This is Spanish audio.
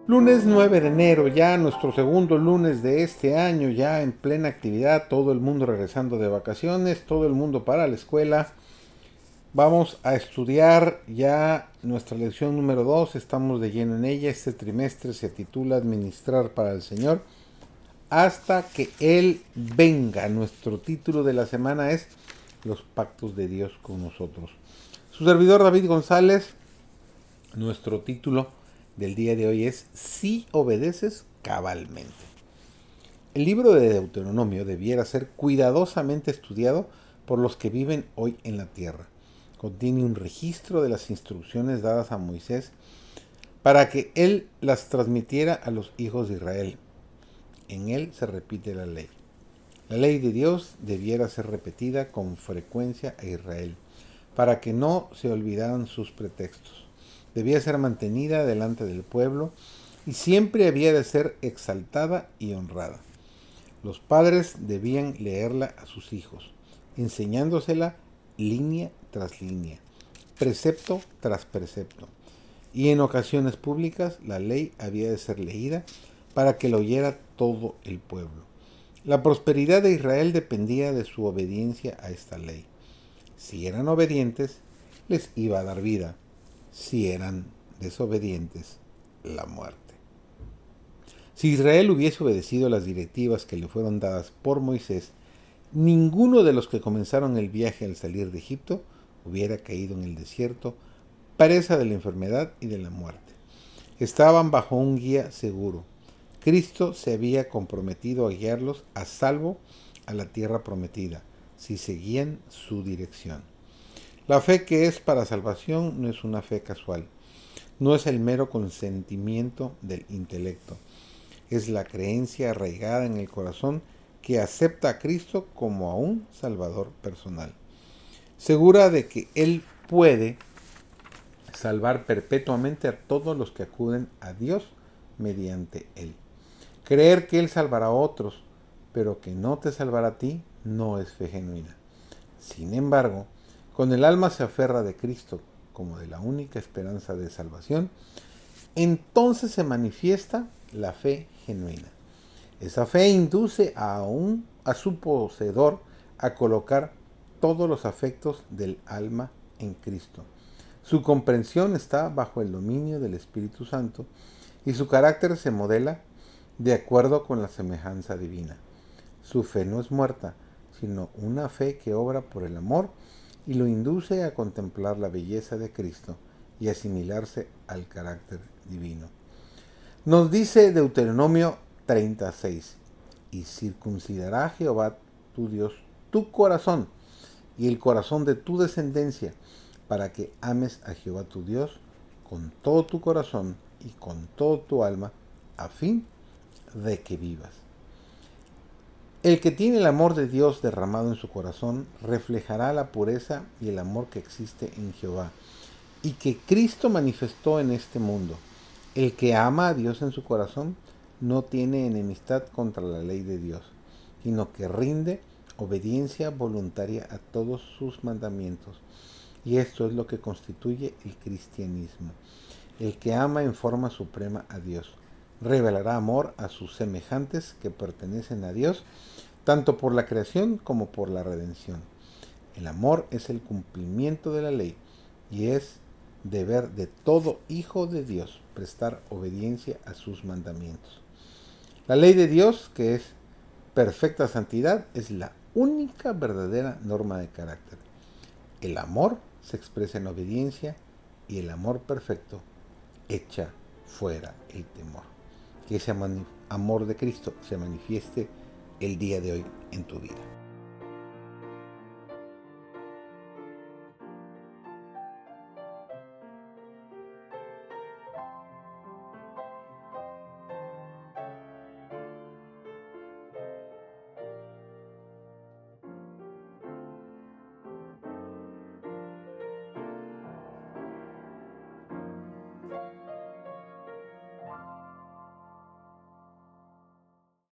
Lunes 9 de enero, ya nuestro segundo lunes de este año, ya en plena actividad, todo el mundo regresando de vacaciones, todo el mundo para la escuela. Vamos a estudiar ya nuestra lección número 2, estamos de lleno en ella. Este trimestre se titula Administrar para el Señor hasta que Él venga. Nuestro título de la semana es Los pactos de Dios con nosotros. Su servidor David González, nuestro título del día de hoy es Si obedeces cabalmente. El libro de Deuteronomio debiera ser cuidadosamente estudiado por los que viven hoy en la tierra. Contiene un registro de las instrucciones dadas a Moisés para que él las transmitiera a los hijos de Israel. En él se repite la ley. La ley de Dios debiera ser repetida con frecuencia a Israel, para que no se olvidaran sus pretextos. Debía ser mantenida delante del pueblo y siempre había de ser exaltada y honrada. Los padres debían leerla a sus hijos, enseñándosela línea tras línea, precepto tras precepto. Y en ocasiones públicas la ley había de ser leída para que la oyera todo el pueblo. La prosperidad de Israel dependía de su obediencia a esta ley. Si eran obedientes, les iba a dar vida. Si eran desobedientes, la muerte. Si Israel hubiese obedecido las directivas que le fueron dadas por Moisés, ninguno de los que comenzaron el viaje al salir de Egipto hubiera caído en el desierto, presa de la enfermedad y de la muerte. Estaban bajo un guía seguro. Cristo se había comprometido a guiarlos a salvo a la tierra prometida, si seguían su dirección. La fe que es para salvación no es una fe casual, no es el mero consentimiento del intelecto, es la creencia arraigada en el corazón que acepta a Cristo como a un Salvador personal, segura de que Él puede salvar perpetuamente a todos los que acuden a Dios mediante Él. Creer que Él salvará a otros, pero que no te salvará a ti, no es fe genuina. Sin embargo, con el alma se aferra de Cristo como de la única esperanza de salvación, entonces se manifiesta la fe genuina. Esa fe induce a su poseedor a colocar todos los afectos del alma en Cristo. Su comprensión está bajo el dominio del Espíritu Santo y su carácter se modela de acuerdo con la semejanza divina. Su fe no es muerta, sino una fe que obra por el amor y lo induce a contemplar la belleza de Cristo y asimilarse al carácter divino. Nos dice Deuteronomio 36, y circuncidará Jehová tu Dios tu corazón y el corazón de tu descendencia, para que ames a Jehová tu Dios con todo tu corazón y con toda tu alma, a fin de que vivas. El que tiene el amor de Dios derramado en su corazón reflejará la pureza y el amor que existe en Jehová y que Cristo manifestó en este mundo. El que ama a Dios en su corazón no tiene enemistad contra la ley de Dios, sino que rinde obediencia voluntaria a todos sus mandamientos. Y esto es lo que constituye el cristianismo. El que ama en forma suprema a Dios revelará amor a sus semejantes que pertenecen a Dios, tanto por la creación como por la redención. El amor es el cumplimiento de la ley y es deber de todo hijo de Dios prestar obediencia a sus mandamientos. La ley de Dios, que es perfecta santidad, es la única verdadera norma de carácter. El amor se expresa en obediencia y el amor perfecto echa fuera el temor. Que ese amor de Cristo se manifieste el día de hoy en tu vida.